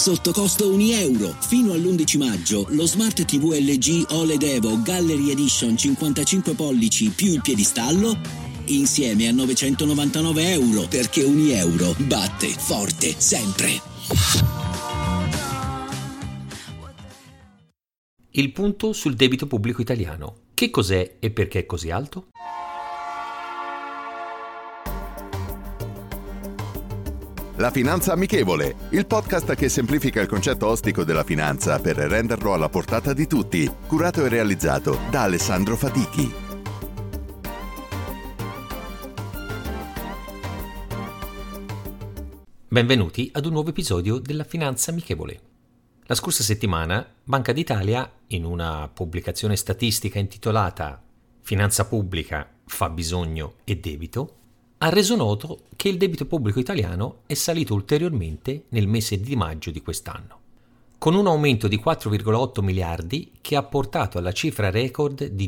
sotto costo €1. Fino all'11 maggio lo Smart TV LG OLED Evo Gallery Edition 55 pollici più il piedistallo insieme a €999, perché €1 batte forte sempre. Il punto sul debito pubblico italiano. Che cos'è e perché è così alto? La Finanza Amichevole, il podcast che semplifica il concetto ostico della finanza per renderlo alla portata di tutti, curato e realizzato da Alessandro Fatichi. Benvenuti ad un nuovo episodio della Finanza Amichevole. La scorsa settimana Banca d'Italia, in una pubblicazione statistica intitolata Finanza pubblica, fabbisogno e debito, ha reso noto che il debito pubblico italiano è salito ulteriormente nel mese di maggio di quest'anno, con un aumento di 4,8 miliardi che ha portato alla cifra record di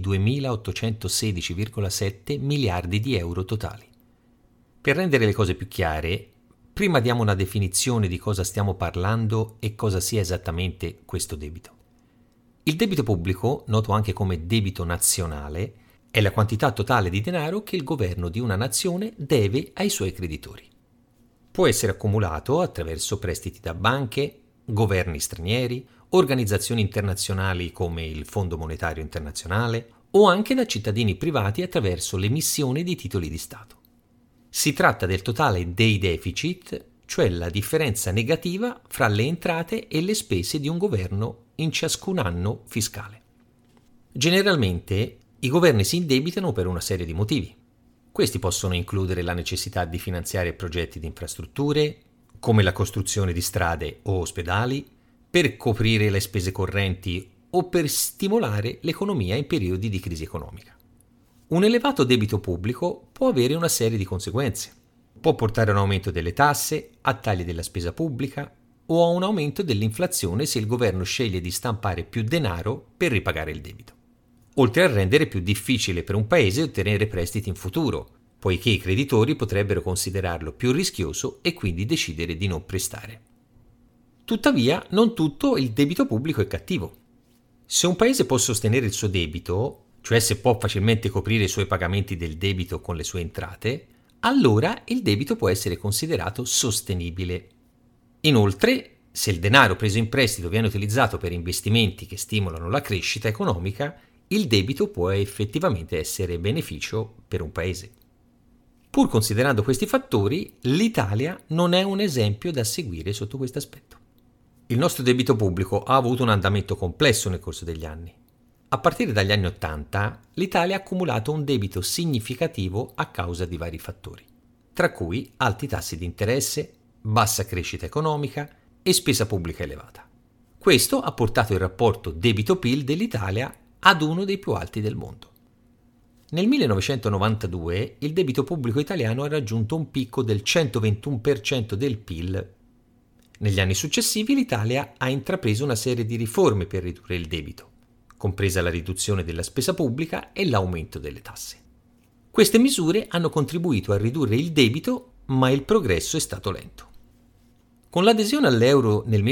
2.816,7 miliardi di euro totali. Per rendere le cose più chiare, prima diamo una definizione di cosa stiamo parlando e cosa sia esattamente questo debito. Il debito pubblico, noto anche come debito nazionale, è la quantità totale di denaro che il governo di una nazione deve ai suoi creditori. Può essere accumulato attraverso prestiti da banche, governi stranieri, organizzazioni internazionali come il Fondo Monetario Internazionale o anche da cittadini privati attraverso l'emissione di titoli di Stato. Si tratta del totale dei deficit, cioè la differenza negativa fra le entrate e le spese di un governo in ciascun anno fiscale. Generalmente i governi si indebitano per una serie di motivi. Questi possono includere la necessità di finanziare progetti di infrastrutture, come la costruzione di strade o ospedali, per coprire le spese correnti o per stimolare l'economia in periodi di crisi economica. Un elevato debito pubblico può avere una serie di conseguenze. Può portare a un aumento delle tasse, a tagli della spesa pubblica o a un aumento dell'inflazione se il governo sceglie di stampare più denaro per ripagare il debito. Oltre a rendere più difficile per un paese ottenere prestiti in futuro, poiché i creditori potrebbero considerarlo più rischioso e quindi decidere di non prestare. Tuttavia, non tutto il debito pubblico è cattivo. Se un paese può sostenere il suo debito, cioè se può facilmente coprire i suoi pagamenti del debito con le sue entrate, allora il debito può essere considerato sostenibile. Inoltre, se il denaro preso in prestito viene utilizzato per investimenti che stimolano la crescita economica, il debito può effettivamente essere beneficio per un paese. Pur considerando questi fattori, l'Italia non è un esempio da seguire sotto questo aspetto. Il nostro debito pubblico ha avuto un andamento complesso nel corso degli anni. A partire dagli anni '80, l'Italia ha accumulato un debito significativo a causa di vari fattori, tra cui alti tassi di interesse, bassa crescita economica e spesa pubblica elevata. Questo ha portato il rapporto debito-PIL dell'Italia ad uno dei più alti del mondo. Nel 1992 il debito pubblico italiano ha raggiunto un picco del 121% del PIL. Negli anni successivi l'Italia ha intrapreso una serie di riforme per ridurre il debito, compresa la riduzione della spesa pubblica e l'aumento delle tasse. Queste misure hanno contribuito a ridurre il debito, ma il progresso è stato lento. Con l'adesione all'euro nel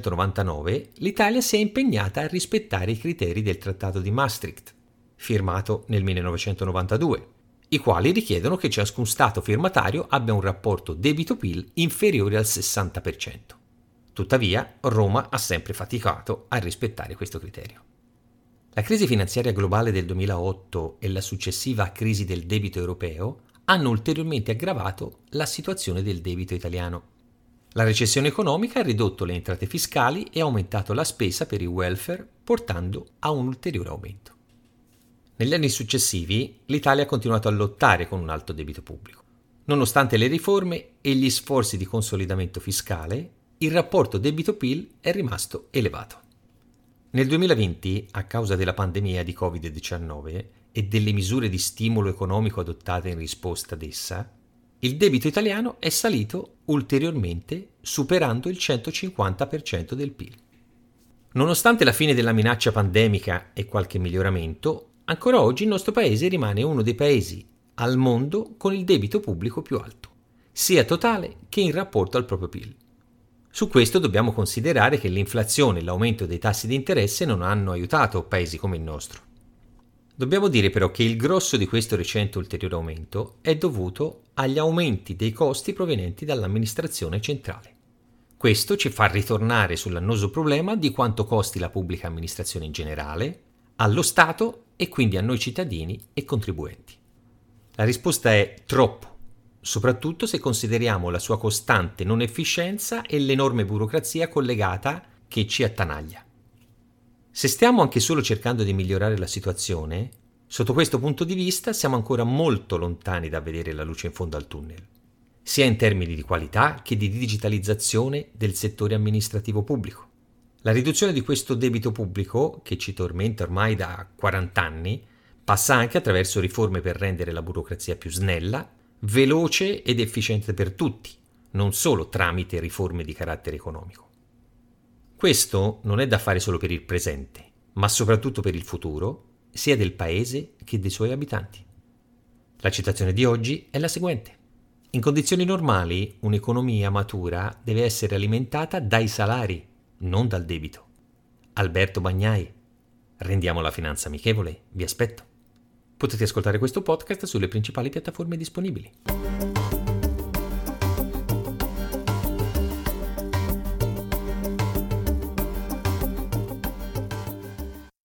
1999, l'Italia si è impegnata a rispettare i criteri del Trattato di Maastricht, firmato nel 1992, i quali richiedono che ciascun Stato firmatario abbia un rapporto debito-PIL inferiore al 60%. Tuttavia, Roma ha sempre faticato a rispettare questo criterio. La crisi finanziaria globale del 2008 e la successiva crisi del debito europeo hanno ulteriormente aggravato la situazione del debito italiano. La recessione economica ha ridotto le entrate fiscali e aumentato la spesa per il welfare, portando a un ulteriore aumento. Negli anni successivi, l'Italia ha continuato a lottare con un alto debito pubblico. Nonostante le riforme e gli sforzi di consolidamento fiscale, il rapporto debito-PIL è rimasto elevato. Nel 2020, a causa della pandemia di Covid-19 e delle misure di stimolo economico adottate in risposta ad essa, il debito italiano è salito ulteriormente, superando il 150% del PIL. Nonostante la fine della minaccia pandemica e qualche miglioramento, ancora oggi il nostro paese rimane uno dei paesi al mondo con il debito pubblico più alto, sia totale che in rapporto al proprio PIL. Su questo dobbiamo considerare che l'inflazione e l'aumento dei tassi di interesse non hanno aiutato paesi come il nostro. Dobbiamo dire però che il grosso di questo recente ulteriore aumento è dovuto agli aumenti dei costi provenienti dall'amministrazione centrale. Questo ci fa ritornare sull'annoso problema di quanto costi la pubblica amministrazione in generale, allo Stato e quindi a noi cittadini e contribuenti. La risposta è troppo, soprattutto se consideriamo la sua costante non efficienza e l'enorme burocrazia collegata che ci attanaglia. Se stiamo anche solo cercando di migliorare la situazione, sotto questo punto di vista siamo ancora molto lontani da vedere la luce in fondo al tunnel, sia in termini di qualità che di digitalizzazione del settore amministrativo pubblico. La riduzione di questo debito pubblico, che ci tormenta ormai da 40 anni, passa anche attraverso riforme per rendere la burocrazia più snella, veloce ed efficiente per tutti, non solo tramite riforme di carattere economico. Questo non è da fare solo per il presente, ma soprattutto per il futuro, sia del Paese che dei suoi abitanti. La citazione di oggi è la seguente. In condizioni normali, un'economia matura deve essere alimentata dai salari, non dal debito. Alberto Bagnai. Rendiamo la finanza amichevole. Vi aspetto. Potete ascoltare questo podcast sulle principali piattaforme disponibili.